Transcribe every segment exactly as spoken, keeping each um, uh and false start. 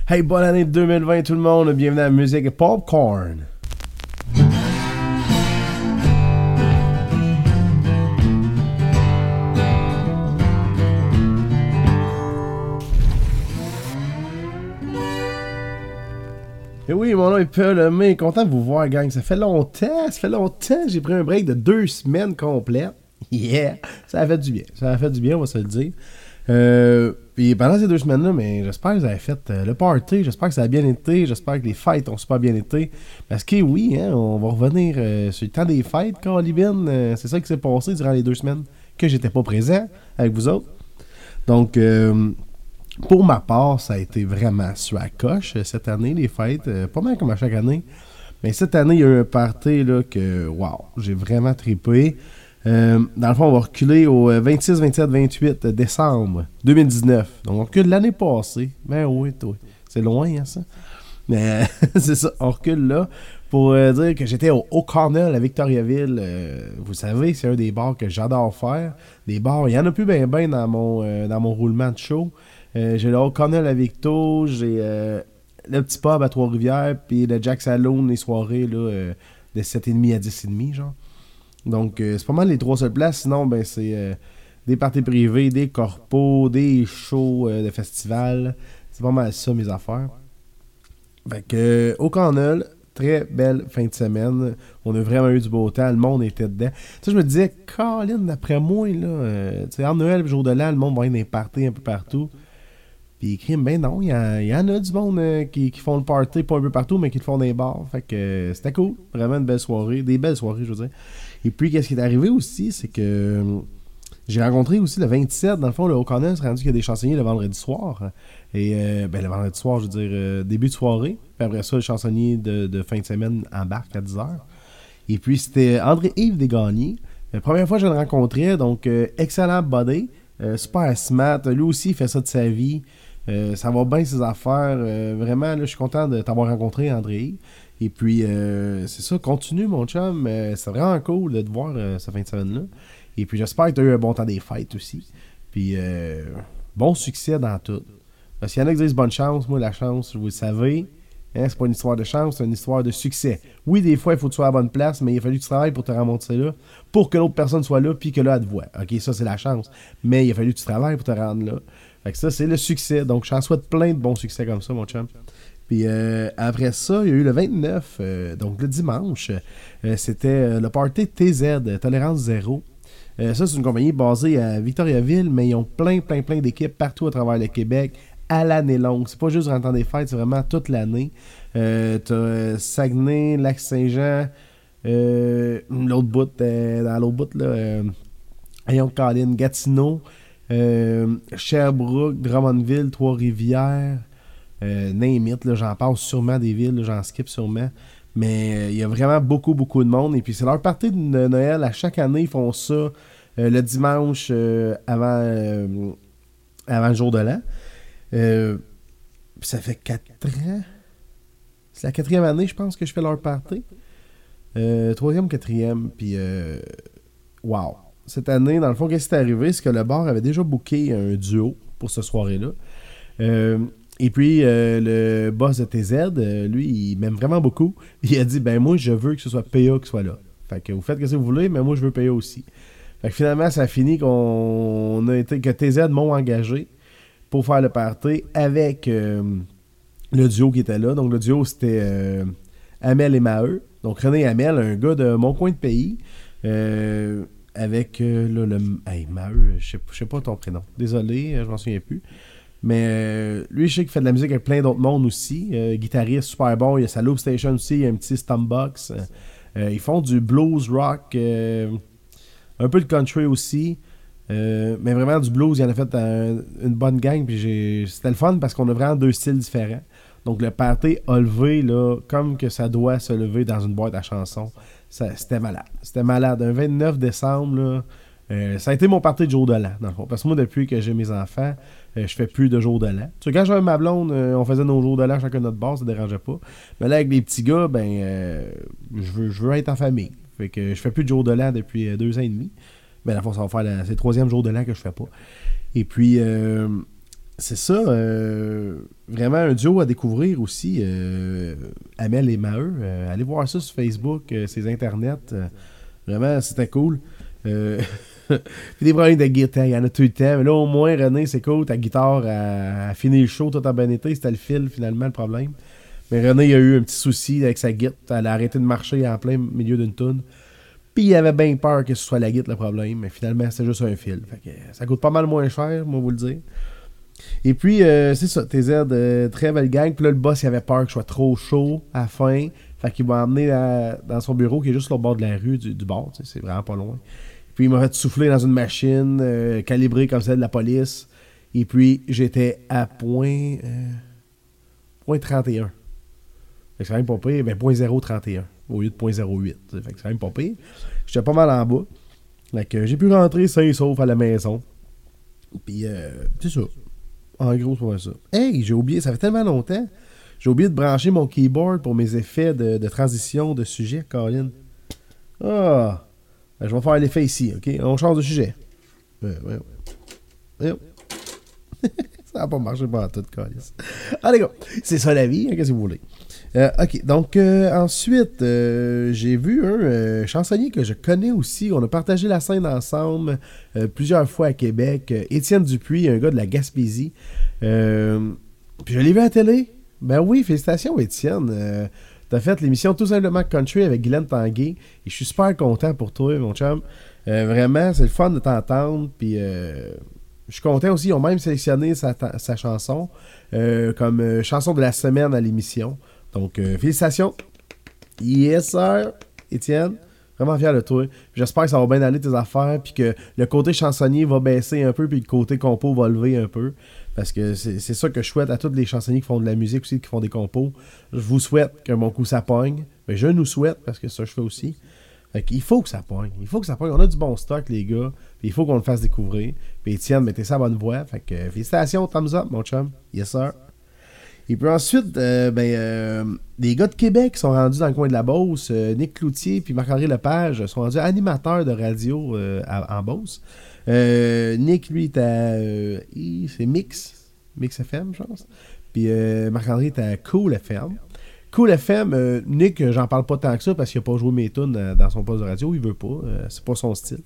Hey, bonne année deux mille vingt tout le monde, bienvenue à la musique et Popcorn. Et oui, mon nom est Paul, mais content de vous voir, gang. Ça fait longtemps, ça fait longtemps. J'ai pris un break de deux semaines complètes. Yeah! Ça a fait du bien. Ça a fait du bien, on va se le dire. Euh, puis pendant ces deux semaines-là, mais j'espère que vous avez fait euh, le party. J'espère que ça a bien été. J'espère que les fêtes ont super bien été. Parce que oui, hein, on va revenir euh, sur le temps des fêtes, Calibin. Euh, c'est ça qui s'est passé durant les deux semaines que j'étais pas présent avec vous autres. Donc... Euh, Pour ma part, ça a été vraiment sur la coche cette année, les fêtes. Euh, pas mal comme à chaque année. Mais cette année, il y a eu un party là, que, wow, j'ai vraiment trippé. Euh, dans le fond, on va reculer au vingt-six, vingt-sept, vingt-huit décembre deux mille dix-neuf. Donc, on recule l'année passée. Ben oui, toi. C'est loin, hein, ça. Mais c'est ça, on recule là pour euh, dire que j'étais au O'Connell à Victoriaville. Euh, vous savez, c'est un des bars que j'adore faire. Des bars, il y en a plus ben ben dans mon, euh, dans mon roulement de show. Euh, j'ai le O'Connell à Victo, j'ai euh, le petit pub à Trois-Rivières, puis le Jack Saloon les soirées là, euh, de sept heures trente à dix heures trente, genre. Donc, euh, c'est pas mal les trois seules places. Sinon, ben c'est euh, des parties privées, des corpos, des shows euh, de festivals. C'est pas mal ça, mes affaires. Fait que, euh, O'Connell, très belle fin de semaine. On a vraiment eu du beau temps. Le monde était dedans. Tu sais, je me disais, Colin, d'après moi, là, euh, tu sais, en Noël, le jour de l'an, le monde va être dans les parties un peu partout. Puis crime, ben non, il y, y en a du monde euh, qui, qui font le party, pas un peu partout, mais qui le font dans les bars. Fait que euh, c'était cool. Vraiment une belle soirée. Des belles soirées, je veux dire. Et puis, qu'est-ce qui est arrivé aussi, c'est que euh, j'ai rencontré aussi le vingt-sept, dans le fond, le O'Connell s'est rendu qu'il y a des chansonniers le vendredi soir. Et euh, ben le vendredi soir, je veux dire, euh, début de soirée. Puis après ça, le chansonnier de, de fin de semaine embarque à dix heures. Et puis, c'était André-Yves Desgagnés. La première fois que je le rencontrais, donc euh, excellent body, euh, super smart. Lui aussi, il fait ça de sa vie. Euh, ça va bien ses affaires. Euh, vraiment, là, je suis content de t'avoir rencontré, André. Et puis, euh, c'est ça, continue, mon chum. Euh, c'est vraiment cool de te voir euh, cette fin de semaine-là. Et puis, j'espère que tu as eu un bon temps des fêtes aussi. Puis, euh, bon succès dans tout. Parce qu'il y en a qui disent bonne chance. Moi, la chance, vous le savez, hein, c'est pas une histoire de chance, c'est une histoire de succès. Oui, des fois, il faut que tu sois à la bonne place, mais il a fallu que tu travailles pour te remonter là, pour que l'autre personne soit là, puis que là, elle te voit. OK, ça, c'est la chance. Mais il a fallu que tu travailles pour te rendre là. Fait que ça, c'est le succès. Donc, j'en souhaite plein de bons succès comme ça, mon chum. Puis euh, après ça, il y a eu le vingt-neuf, euh, donc le dimanche, euh, c'était euh, le party T Z, Tolérance Zéro. Euh, ça, c'est une compagnie basée à Victoriaville, mais ils ont plein, plein, plein d'équipes partout à travers le Québec, à l'année longue. C'est pas juste durant le temps des fêtes, c'est vraiment toute l'année. Euh, t'as euh, Saguenay, Lac-Saint-Jean, euh, l'autre bout, euh, dans l'autre bout, là, euh, Ayon-Caline, Gatineau, euh, Sherbrooke, Drummondville, Trois-Rivières, euh, name it, là, j'en passe sûrement des villes, là, j'en skip sûrement. Mais il euh, y a vraiment beaucoup, beaucoup de monde. Et puis c'est leur partie de Noël. À chaque année, ils font ça euh, le dimanche euh, avant, euh, avant le jour de l'an. Euh, puis ça fait quatre ans. C'est la quatrième année, je pense, que je fais leur party. Euh, troisième, quatrième. Puis, euh, wow. Cette année, dans le fond, qu'est-ce qui est arrivé? C'est que le bar avait déjà booké un duo pour ce soirée-là. Euh, et puis, euh, le boss de T Z, euh, lui, il m'aime vraiment beaucoup. Il a dit, ben moi, je veux que ce soit P A qui soit là. Fait que vous faites ce que vous voulez, mais moi, je veux P A aussi. Fait que finalement, ça a fini qu'on a été, que T Z m'ont engagé pour faire le party avec euh, le duo qui était là. Donc, le duo, c'était euh, Amel et Maheu. Donc, René Amel, un gars de mon coin de pays, euh, avec euh, là, le... Hey, Maheu, je sais, je sais pas ton prénom. Désolé, je m'en souviens plus. Mais euh, lui, je sais qu'il fait de la musique avec plein d'autres mondes aussi. Euh, guitariste super bon. Il y a sa Loop Station aussi. Il y a un petit Stombox. Euh, ils font du blues rock. Euh, un peu de country aussi. Euh, mais vraiment du blues. Il en a fait un, une bonne gang. Puis j'ai, c'était le fun parce qu'on a vraiment deux styles différents. Donc le party a levé là, comme que ça doit se lever dans une boîte à chansons. Ça, c'était malade. C'était malade. Un vingt-neuf décembre, là, euh, ça a été mon party de jour de l'an, dans le fond. Parce que moi, depuis que j'ai mes enfants, euh, je fais plus de jour de l'an. Tu sais, quand j'avais ma blonde, euh, on faisait nos jours de l'an chacun notre bar, ça dérangeait pas. Mais là, avec les petits gars, ben, euh, je veux, je veux être en famille. Fait que je fais plus de jour de l'an depuis euh, deux ans et demi. Mais la fois, ça va faire la, c'est le troisième jour de l'an que je fais pas. Et puis, euh, c'est ça, euh, vraiment un duo à découvrir aussi, euh, Amel et Maheu. Euh, allez voir ça sur Facebook, euh, ses internets. Euh, vraiment, c'était cool. Euh, Puis des problèmes de guitare, il y en a tout le temps. Mais là, au moins, René, c'est cool, ta guitare a, a fini le show, tout a bien été. C'était le fil, finalement, le problème. Mais René, il a eu un petit souci avec sa guitare. Elle a arrêté de marcher en plein milieu d'une toune. Puis il avait bien peur que ce soit la guitare le problème. Mais finalement, c'était juste un fil. Fait que ça coûte pas mal moins cher, moi, vous le dire. Et puis, euh, c'est ça, T Z, euh, très belle gang. Puis là, le boss, il avait peur que je sois trop chaud à la fin. Fait qu'il m'a emmené à, dans son bureau qui est juste sur le bord de la rue du, du bord. C'est vraiment pas loin. Puis il m'a fait souffler dans une machine euh, calibrée comme celle de la police. Et puis, j'étais à point, euh, point trente et un. Fait que c'est quand même pas pire. Ben, point zéro trente et un au lieu de point zéro huit. Fait que c'est quand même pas pire. J'étais pas mal en bas. Fait que j'ai pu rentrer sain et sauf à la maison. Puis, euh, c'est ça. En gros, c'est pas ça. Hey, j'ai oublié, ça fait tellement longtemps. J'ai oublié de brancher mon keyboard pour mes effets de, de transition de sujet, Colin. Ah! Ben, je vais faire l'effet ici, ok? On change de sujet. Ouais, ouais, ouais. Ça n'a pas marché pas tout, Colin. Allez, go! C'est ça la vie, hein, qu'est-ce que vous voulez? Euh, ok, donc euh, ensuite, euh, j'ai vu un euh, chansonnier que je connais aussi. On a partagé la scène ensemble euh, plusieurs fois à Québec. Euh, Étienne Dupuis, un gars de la Gaspésie. Euh, puis je l'ai vu à la télé. Ben oui, félicitations Étienne. Euh, T'as fait l'émission Tout simplement Country avec Guylaine Tanguay. Et je suis super content pour toi, mon chum. Euh, vraiment, c'est le fun de t'entendre. Puis euh, je suis content aussi. Ils ont même sélectionné sa, sa chanson euh, comme euh, chanson de la semaine à l'émission. Donc, euh, félicitations. Yes, sir, Étienne. Vraiment fier de toi. Puis j'espère que ça va bien aller tes affaires, puis que le côté chansonnier va baisser un peu, puis le côté compo va lever un peu. Parce que c'est, c'est ça que je souhaite à tous les chansonniers qui font de la musique aussi, qui font des compos. Je vous souhaite que mon coup ça pogne. Mais je nous souhaite, parce que ça je fais aussi. Fait qu'il faut que ça pogne. Il faut que ça pogne. On a du bon stock, les gars. Puis il faut qu'on le fasse découvrir. Puis Étienne, mettez ça à bonne voie. Fait que euh, félicitations, thumbs up, mon chum. Yes, sir. Et puis ensuite, euh, ben, euh, des gars de Québec sont rendus dans le coin de la Beauce. Euh, Nick Cloutier puis Marc-André Lepage sont rendus animateurs de radio euh, à, en Beauce. Euh, Nick, lui, est à... Euh, c'est Mix. Mix F M, je pense. Puis euh, Marc-André est à Cool F M. Cool F M, euh, Nick, j'en parle pas tant que ça parce qu'il a pas joué mes tunes euh, dans son poste de radio. Il veut pas. Euh, c'est pas son style.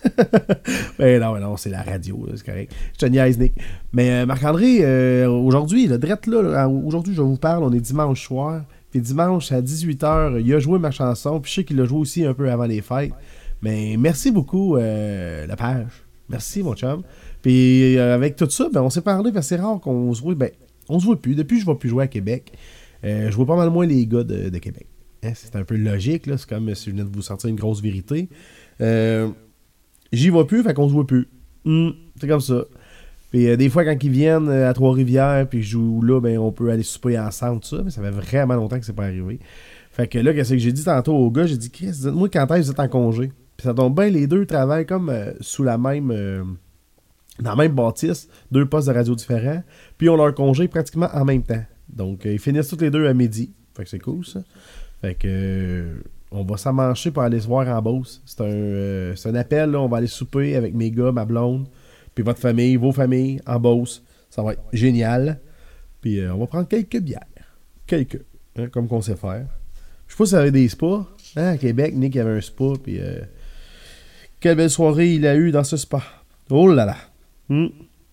Mais non, non, c'est la radio. Là, c'est correct. Je te niaise, Nick. Mais euh, Marc-André, euh, aujourd'hui, le drette là, là, aujourd'hui, je vous parle, on est dimanche soir. Puis dimanche à dix-huit heures, il a joué ma chanson. Puis je sais qu'il l'a joué aussi un peu avant les fêtes. Mais merci beaucoup, euh, Lepage. Merci, mon chum. Puis euh, avec tout ça, ben, on s'est parlé, parce que c'est rare qu'on se voit. Ben, on se voit plus. Depuis, je ne vais plus jouer à Québec. Euh, je vois pas mal moins les gars de, de Québec. Hein, c'est un peu logique, là. C'est comme si je venais de vous sortir une grosse vérité. Euh, j'y vais plus, fait qu'on se voit plus. Mm, c'est comme ça. Puis euh, des fois, quand ils viennent euh, à Trois-Rivières, puis je joue là, ben on peut aller souper ensemble, tout ça. Mais ça fait vraiment longtemps que c'est pas arrivé. Fait que là, qu'est-ce que j'ai dit tantôt aux gars? J'ai dit, Chris, dites-moi quand est-ce que vous êtes en congé? Puis ça tombe bien, les deux travaillent comme euh, sous la même... Euh, dans la même bâtisse, deux postes de radio différents. Puis on leur congé pratiquement en même temps. Donc, euh, ils finissent tous les deux à midi. Fait que c'est cool, ça. Fait que euh, on va s'amancher pour aller se voir en Beauce. C'est un, euh, c'est un appel, là. On va aller souper avec mes gars, ma blonde, puis votre famille, vos familles, en Beauce. Ça va être génial. Puis euh, on va prendre quelques bières. Quelques. Hein, comme qu'on sait faire. Je sais pas si ça avait des spas. Hein, à Québec, Nick avait un spa. Puis euh, quelle belle soirée il a eu dans ce spa. Oh là là. Hmm.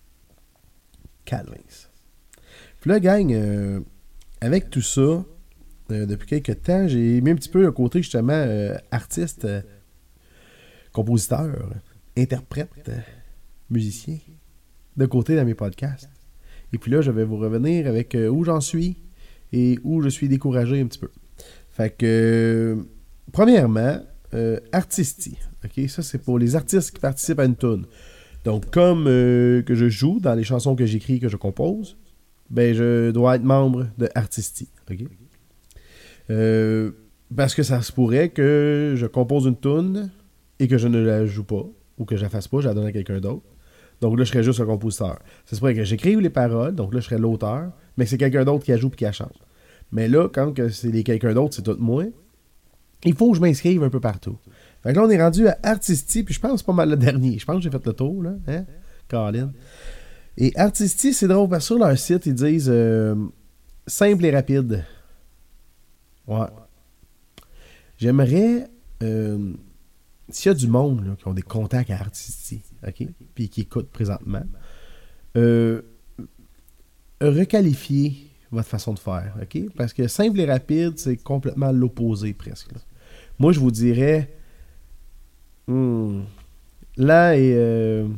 Calvins. Puis là, gang, euh, avec tout ça, euh, depuis quelques temps, j'ai mis un petit peu le côté, justement, euh, artiste, euh, compositeur, interprète, euh, musicien, de côté dans mes podcasts. Et puis là, je vais vous revenir avec euh, où j'en suis et où je suis découragé un petit peu. Fait que, euh, premièrement, euh, Artisti. OK? Ça, c'est pour les artistes qui participent à une tune. Donc, comme euh, que je joue dans les chansons que j'écris et que je compose, ben je dois être membre de Artisti. Okay? Euh, parce que ça se pourrait que je compose une tune et que je ne la joue pas, ou que je la fasse pas, je la donne à quelqu'un d'autre. Donc là, je serais juste un compositeur. Ça se pourrait que j'écrive les paroles, donc là, je serais l'auteur, mais que c'est quelqu'un d'autre qui la joue et qui la chante. Mais là, quand que c'est les quelqu'un d'autre, c'est tout moi, il faut que je m'inscrive un peu partout. Fait que là, on est rendu à Artisti, puis je pense pas mal le dernier. Je pense que j'ai fait le tour, là. Hein? Colin. Et Artisty, c'est drôle, parce que sur leur site, ils disent euh, simple et rapide. Ouais. J'aimerais, euh, s'il y a du monde là, qui ont des contacts à Artisty, OK, puis qui écoutent présentement, euh, requalifier votre façon de faire, OK? Parce que simple et rapide, c'est complètement l'opposé presque. Là. Moi, je vous dirais hmm, lent et euh,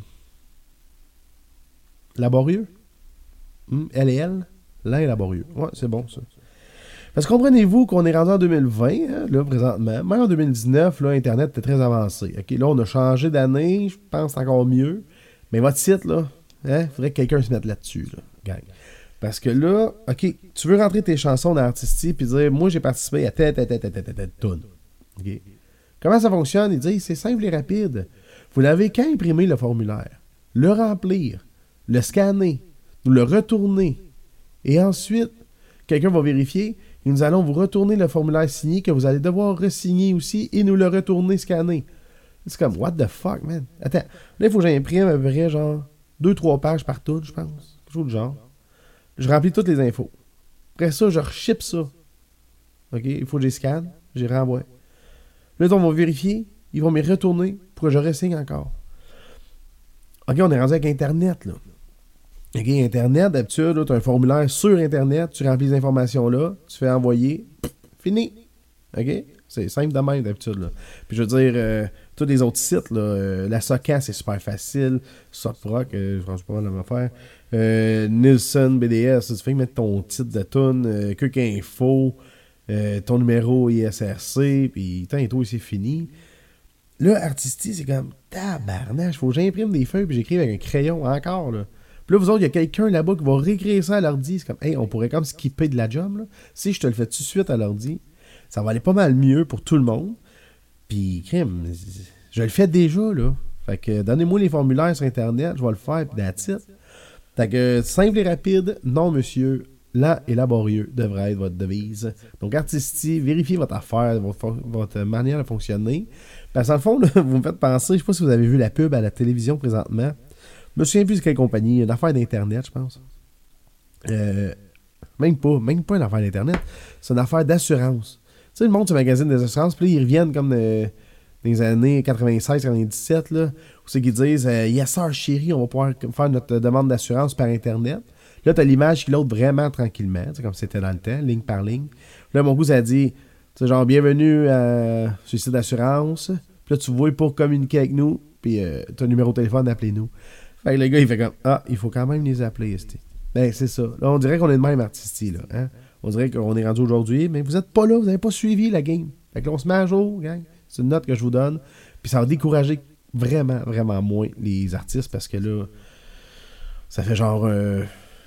laborieux. Hmm, L et L, lent et laborieux. Ouais, c'est bon ça. Parce que comprenez-vous qu'on est rendu en deux mille vingt, hein, là, présentement. Même en deux mille dix-neuf, là, Internet était très avancé. OK? Là, on a changé d'année, je pense encore mieux. Mais votre site, là, il hein, faudrait que quelqu'un se mette là-dessus, là, gang. Parce que là, OK, tu veux rentrer tes chansons dans Artisty puis dire, moi, j'ai participé à telle, telle, telle, telle, telle, telle tune. OK? Comment ça fonctionne? Il dit, c'est simple et rapide. Vous n'avez qu'à imprimer le formulaire, le remplir, le scanner, nous le retourner. Et ensuite, quelqu'un va vérifier et nous allons vous retourner le formulaire signé que vous allez devoir re-signer aussi et nous le retourner scanner. C'est comme, what the fuck, man? Attends, là, il faut que j'imprime à peu près, genre, deux trois pages par tune, je pense. Quelque chose du genre. Je remplis toutes les infos. Après ça, je reship ça. OK? Il faut que je les scanne, je les renvoie. Là, on va vérifier, ils vont me retourner pour que je ressigne encore. OK, on est rendu avec Internet, là. OK, Internet, d'habitude, tu as un formulaire sur Internet, tu remplis les informations-là, tu fais envoyer, pff, fini. OK? C'est simple de même, d'habitude, là. Puis je veux dire, euh, tous les autres sites, là, euh, la Socan, c'est super facile. Soproc, euh, je pense pas la même affaire. Euh, Nielsen, B D S, tu fais mettre ton titre de tune, euh, Quick Info, euh, ton numéro I S R C, puis tant et tout, c'est fini. Là, Artisty, c'est comme tabarnache, faut que j'imprime des feuilles, puis j'écrive avec un crayon encore, là. Puis là, vous autres, il y a quelqu'un là-bas qui va réécrire ça à l'ordi. C'est comme, hey, on pourrait comme skipper de la job, là. Si je te le fais tout de suite à l'ordi, ça va aller pas mal mieux pour tout le monde. Puis, crème, je le fais déjà, là. Fait que donnez-moi les formulaires sur Internet, je vais le faire, puis that's it. Fait que simple et rapide, non, monsieur, lent et laborieux devrait être votre devise. Donc, Artisty, vérifiez votre affaire, votre, votre manière de fonctionner. Parce que dans le fond, là, vous me faites penser, je sais pas si vous avez vu la pub à la télévision présentement. Je me souviens plus de quelle compagnie, une affaire d'Internet, je pense. Euh, même pas, même pas une affaire d'Internet. C'est une affaire d'assurance. Tu sais, le monde sur le magazine des assurances, puis là, ils reviennent comme de, dans les années quatre-vingt-seize quatre-vingt-dix-sept, là, où c'est qu'ils disent euh, yes sir, chérie, on va pouvoir faire notre demande d'assurance par Internet. Là, t'as l'image qui l'autre vraiment tranquillement, comme c'était dans le temps, ligne par ligne. Là, mon goût, ça dit, tu sais, genre, bienvenue à sur le site d'assurance. Puis là, tu vois pour communiquer avec nous, puis euh, t'as un numéro de téléphone, appelez-nous. Fait que le gars, il fait comme, ah, il faut quand même les appeler, esti. Ben, c'est ça. Là, on dirait qu'on est de même Artisty, là. Hein? On dirait qu'on est rendu aujourd'hui, mais vous êtes pas là, vous n'avez pas suivi la game. Fait que là, on se met à jour, gang. C'est une note que je vous donne. Puis ça va décourager vraiment, vraiment moins les artistes parce que là, ça fait genre euh,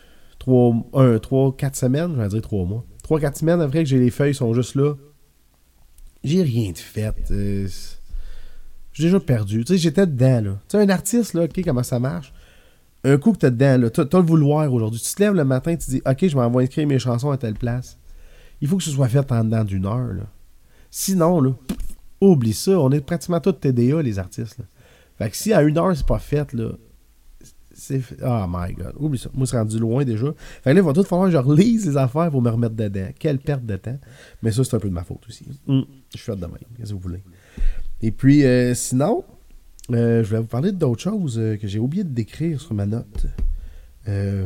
trois, quatre semaines, je vais dire trois mois. trois, quatre semaines après que j'ai les feuilles sont juste là. J'ai rien de fait. Euh, j'ai déjà perdu. Tu sais, j'étais dedans, là. Tu sais, un artiste, là, OK, comment ça marche? Un coup que t'es dedans, là, t'as, t'as le vouloir aujourd'hui. Tu te lèves le matin, tu te dis, OK, je m'en vais inscrire mes chansons à telle place. Il faut que ce soit fait en dedans d'une heure, là. Sinon, là, pff, oublie ça. On est pratiquement tous T D A, les artistes, là. Fait que si à une heure, c'est pas fait, là, c'est... Oh my God. Oublie ça. Moi, c'est rendu loin, déjà. Fait que là, il va tout falloir que je relise les affaires pour me remettre dedans. Quelle perte de temps. Mais ça, c'est un peu de ma faute aussi. Mm. Je suis fait de même. Qu'est-ce que vous voulez? Et puis, euh, sinon... Euh, je vais vous parler d'autres choses euh, que j'ai oublié de décrire sur ma note. Euh...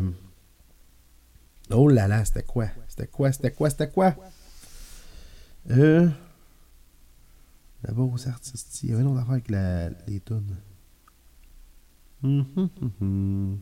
Oh là là, c'était quoi? C'était quoi? C'était quoi? C'était quoi? Euh... D'abord aux artistes. Il y avait une autre affaire avec la... les tunes. Hum, hum, hum, hum.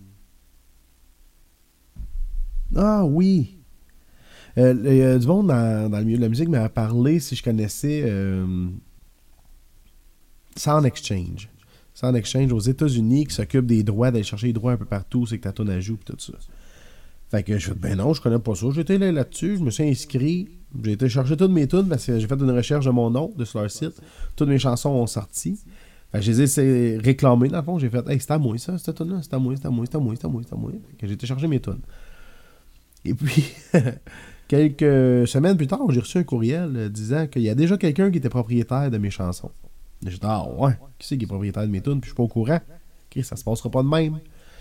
Ah oui! Euh, il y a du monde dans, dans le milieu de la musique m'a parlé si je connaissais euh, Sound Exchange. Sound Exchange aux États-Unis qui s'occupe des droits, d'aller chercher les droits un peu partout, c'est que ta tune à joue et tout ça. Fait que je fais, ben non, je connais pas ça. J'étais là là-dessus, je me suis inscrit, j'ai été chercher toutes mes tunes parce que j'ai fait une recherche de mon nom de sur leur site. Toutes mes chansons ont sorti. Fait que je les ai réclamées dans le fond. J'ai fait, hey, c'est à moi ça, cette tune-là, c'est à moi, c'est à moi, c'est à moi, c'est à moi, c'est à moi. Fait que j'ai été chercher mes tunes. Et puis, quelques semaines plus tard, j'ai reçu un courriel disant qu'il y a déjà quelqu'un qui était propriétaire de mes chansons. J'ai dit, ah ouais, qui c'est qui est propriétaire de mes tunes, puis je suis pas au courant. Okay, ça se passera pas de même.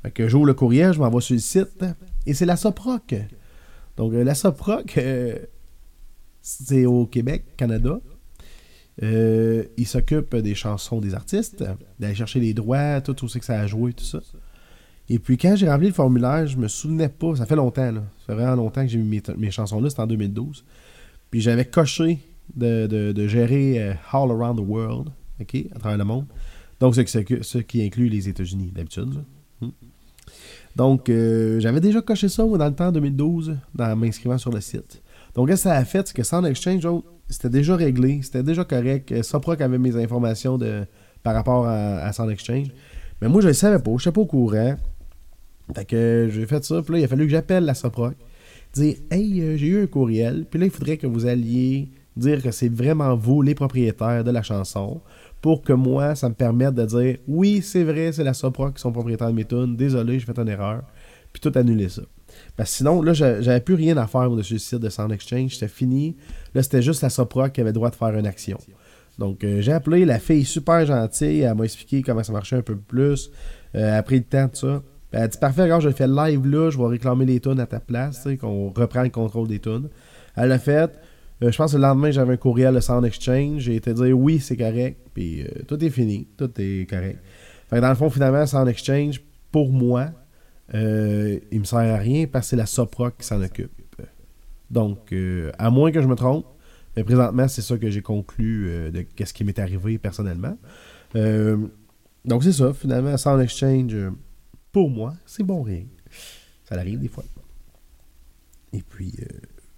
Fait que j'ouvre le courriel, je m'envoie sur le site, et c'est la Soproc. Donc, euh, la Soproc, euh, c'est au Québec, Canada. Euh, il s'occupe des chansons des artistes, d'aller chercher les droits, tout, tout ce que ça a joué, tout ça. Et puis, quand j'ai rempli le formulaire, je me souvenais pas, ça fait longtemps, là. Ça fait vraiment longtemps que j'ai mis mes, mes chansons là, c'était en deux mille douze. Puis, j'avais coché de, de, de gérer euh, All Around the World, OK, à travers le monde. Donc, ce, ce, ce qui inclut les États-Unis, d'habitude, là. Hmm. Donc, euh, j'avais déjà coché ça, moi, dans le temps, en deux mille douze, en m'inscrivant sur le site. Donc, ce que ça a fait, c'est que Sound Exchange, donc, c'était déjà réglé, c'était déjà correct. Soproc avait mes informations de, par rapport à, à Sound Exchange. Mais moi, je ne le savais pas, je n'étais pas au courant. Fait que j'ai fait ça, puis là, il a fallu que j'appelle la Soproc, dire « Hey, euh, j'ai eu un courriel, puis là, il faudrait que vous alliez dire que c'est vraiment vous, les propriétaires de la chanson, pour que moi, ça me permette de dire « Oui, c'est vrai, c'est la Soproc qui sont propriétaires de mes tunes, désolé, j'ai fait une erreur. » Puis tout annuler ça. Parce que sinon, là, j'avais plus rien à faire dessus le site de Sound Exchange. C'était fini. Là, c'était juste la Soproc qui avait le droit de faire une action. Donc, euh, j'ai appelé la fille super gentille. Elle m'a expliqué comment ça marchait un peu plus. Euh, elle a pris le temps de ça. Elle a dit, parfait, regarde, je le fais live là. Je vais réclamer les tunes à ta place. Qu'on reprend le contrôle des tunes. Elle l'a fait. Euh, je pense que le lendemain, j'avais un courriel de Sound Exchange. J'ai été dire, oui, c'est correct. Puis, euh, tout est fini. Tout est correct. Fait que dans le fond, finalement, Sound Exchange, pour moi, Euh, il me sert à rien parce que c'est la Soproc qui s'en occupe. Donc, euh, à moins que je me trompe, mais présentement, c'est ça que j'ai conclu euh, de ce qui m'est arrivé personnellement. Euh, donc, c'est ça, finalement, Sound Exchange, euh, pour moi, c'est bon rien. Ça arrive des fois. Et puis, euh,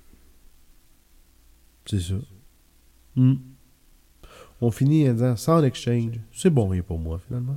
c'est ça. Mm. On finit en disant Sound Exchange, c'est bon rien pour moi, finalement.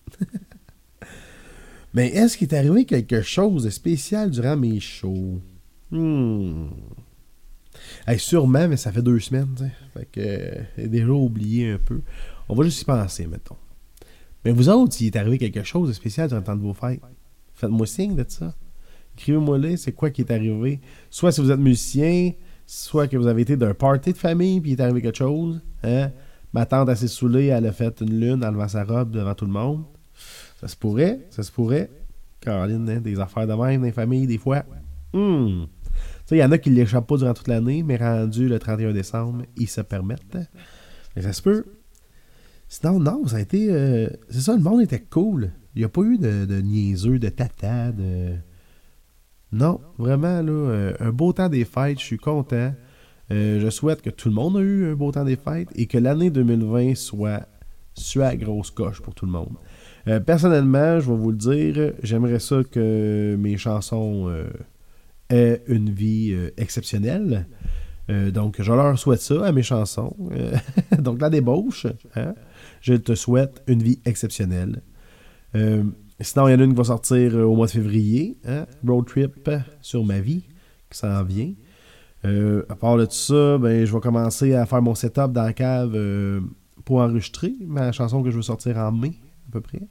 Mais est-ce qu'il est arrivé quelque chose de spécial durant mes shows? Hmm. Hey, sûrement, mais ça fait deux semaines, t'sais. Fait que euh, j'ai déjà oublié un peu. On va juste y penser, mettons. Mais vous autres, il est arrivé quelque chose de spécial durant le temps de vos fêtes. Faites-moi signe de ça. Écrivez-moi là, c'est quoi qui est arrivé. Soit si vous êtes musicien, soit que vous avez été d'un party de famille, puis il est arrivé quelque chose. Hein? Ma tante a s'est saoulée, elle a fait une lune en levant sa robe devant tout le monde. Ça se pourrait, ça se pourrait. Caroline, hein, des affaires de même dans les familles, des fois. Hmm. Il y en a qui ne l'échappent pas durant toute l'année, mais rendu le trente et un décembre, ils se permettent. Mais ça se peut. Sinon, non, ça a été... Euh, c'est ça, le monde était cool. Il n'y a pas eu de, de niaiseux, de tata, de... Non, vraiment, là, euh, un beau temps des fêtes, je suis content. Euh, je souhaite que tout le monde ait eu un beau temps des fêtes et que l'année deux mille vingt soit soit grosse coche pour tout le monde. Euh, personnellement, je vais vous le dire, j'aimerais ça que mes chansons euh, aient une vie euh, exceptionnelle. Euh, donc, je leur souhaite ça à mes chansons. Euh, donc, la débauche, hein? Je te souhaite une vie exceptionnelle. Euh, sinon, il y en a une qui va sortir au mois de février, hein? Road Trip sur ma vie, qui s'en vient. Euh, à part de tout ça, ben, je vais commencer à faire mon setup dans la cave euh, pour enregistrer ma chanson que je veux sortir en mai, à peu près.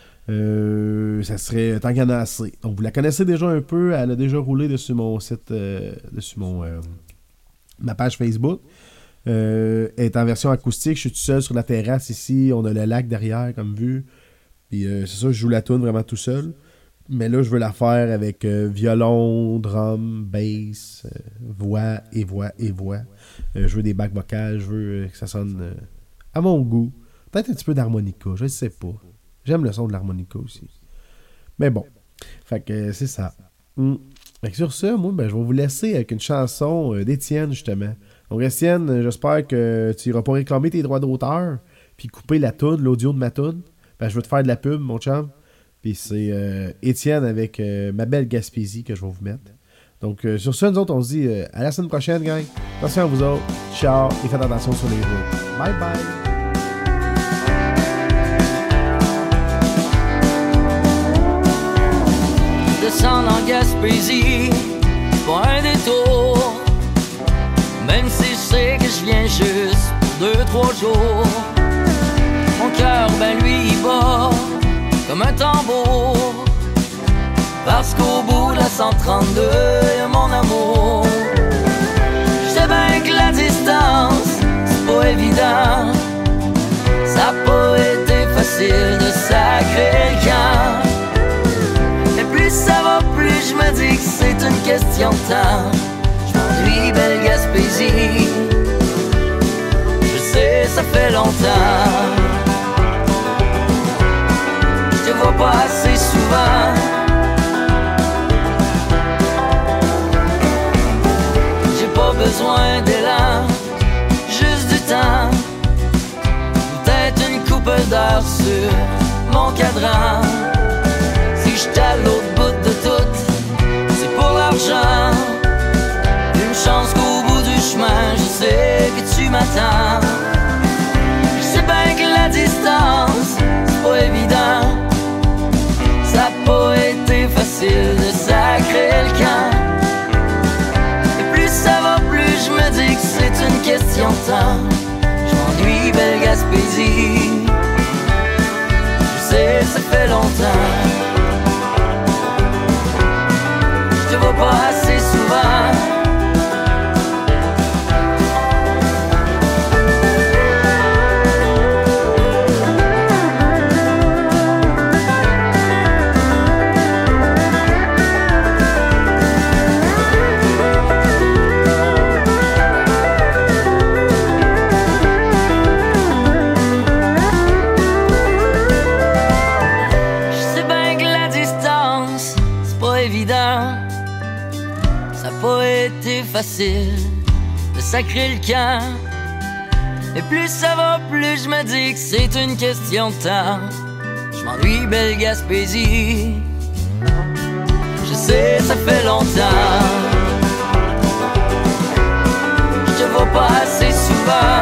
Euh, ça serait tant qu'il y en a assez. Donc, vous la connaissez déjà un peu. Elle a déjà roulé dessus mon site, euh, dessus mon, euh, ma page Facebook. Euh, elle est en version acoustique. Je suis tout seul sur la terrasse ici. On a le lac derrière comme vue. Puis euh, c'est ça, je joue la tune vraiment tout seul. Mais là, je veux la faire avec euh, violon, drum, bass, euh, voix et voix et voix. Euh, je veux des bacs vocales. Je veux euh, que ça sonne euh, à mon goût. Peut-être un petit peu d'harmonica. Je ne sais pas. J'aime le son de l'harmonica aussi. Mais bon. Fait que euh, c'est ça. Mm. Fait que sur ça, moi, ben, je vais vous laisser avec une chanson euh, d'Étienne, justement. Donc, Étienne, euh, j'espère que tu n'iras pas réclamer tes droits d'auteur puis couper la toune, l'audio de ma toune. Ben, je veux te faire de la pub, mon chum. Puis c'est euh, Étienne avec euh, ma belle Gaspésie que je vais vous mettre. Donc, euh, sur ça, nous autres, on se dit euh, à la semaine prochaine, gang. Attention à vous autres. Ciao et faites attention sur les routes. Bye bye. Descendre en Gaspésie pour un détour, même si je sais que je viens juste pour deux, trois jours. Mon cœur, ben lui, il bat comme un tambour, parce qu'au bout de la cent trente-deux, y'a mon amour. Je sais bien que la distance, c'est pas évident, ça a pas été facile de sacrer le camp. longtemps. Je m'ennuie, belle Gaspésie. Je sais, ça fait longtemps. Je te vois pas assez souvent. J'ai pas besoin d'élan, juste du temps. Peut-être une coupe d'heures sur mon cadran. Si j'étais à l'autre bout de tout, c'est pour l'argent. Une chance qu'au bout du chemin, je sais que tu m'attends. Je sais bien que la distance, c'est pas évident. Ça a pas été facile de sacrer le camp. Et plus ça va, plus je me dis que c'est une question de temps. Je m'ennuie, belle Gaspésie. Je sais, ça fait longtemps. Je te vois pas assez souvent. Ça n'a pas été facile de sacrer le camp. Et plus ça va, plus je me dis que c'est une question de temps. Je m'ennuie, belle Gaspésie. Je sais, ça fait longtemps. Je te vois pas assez souvent.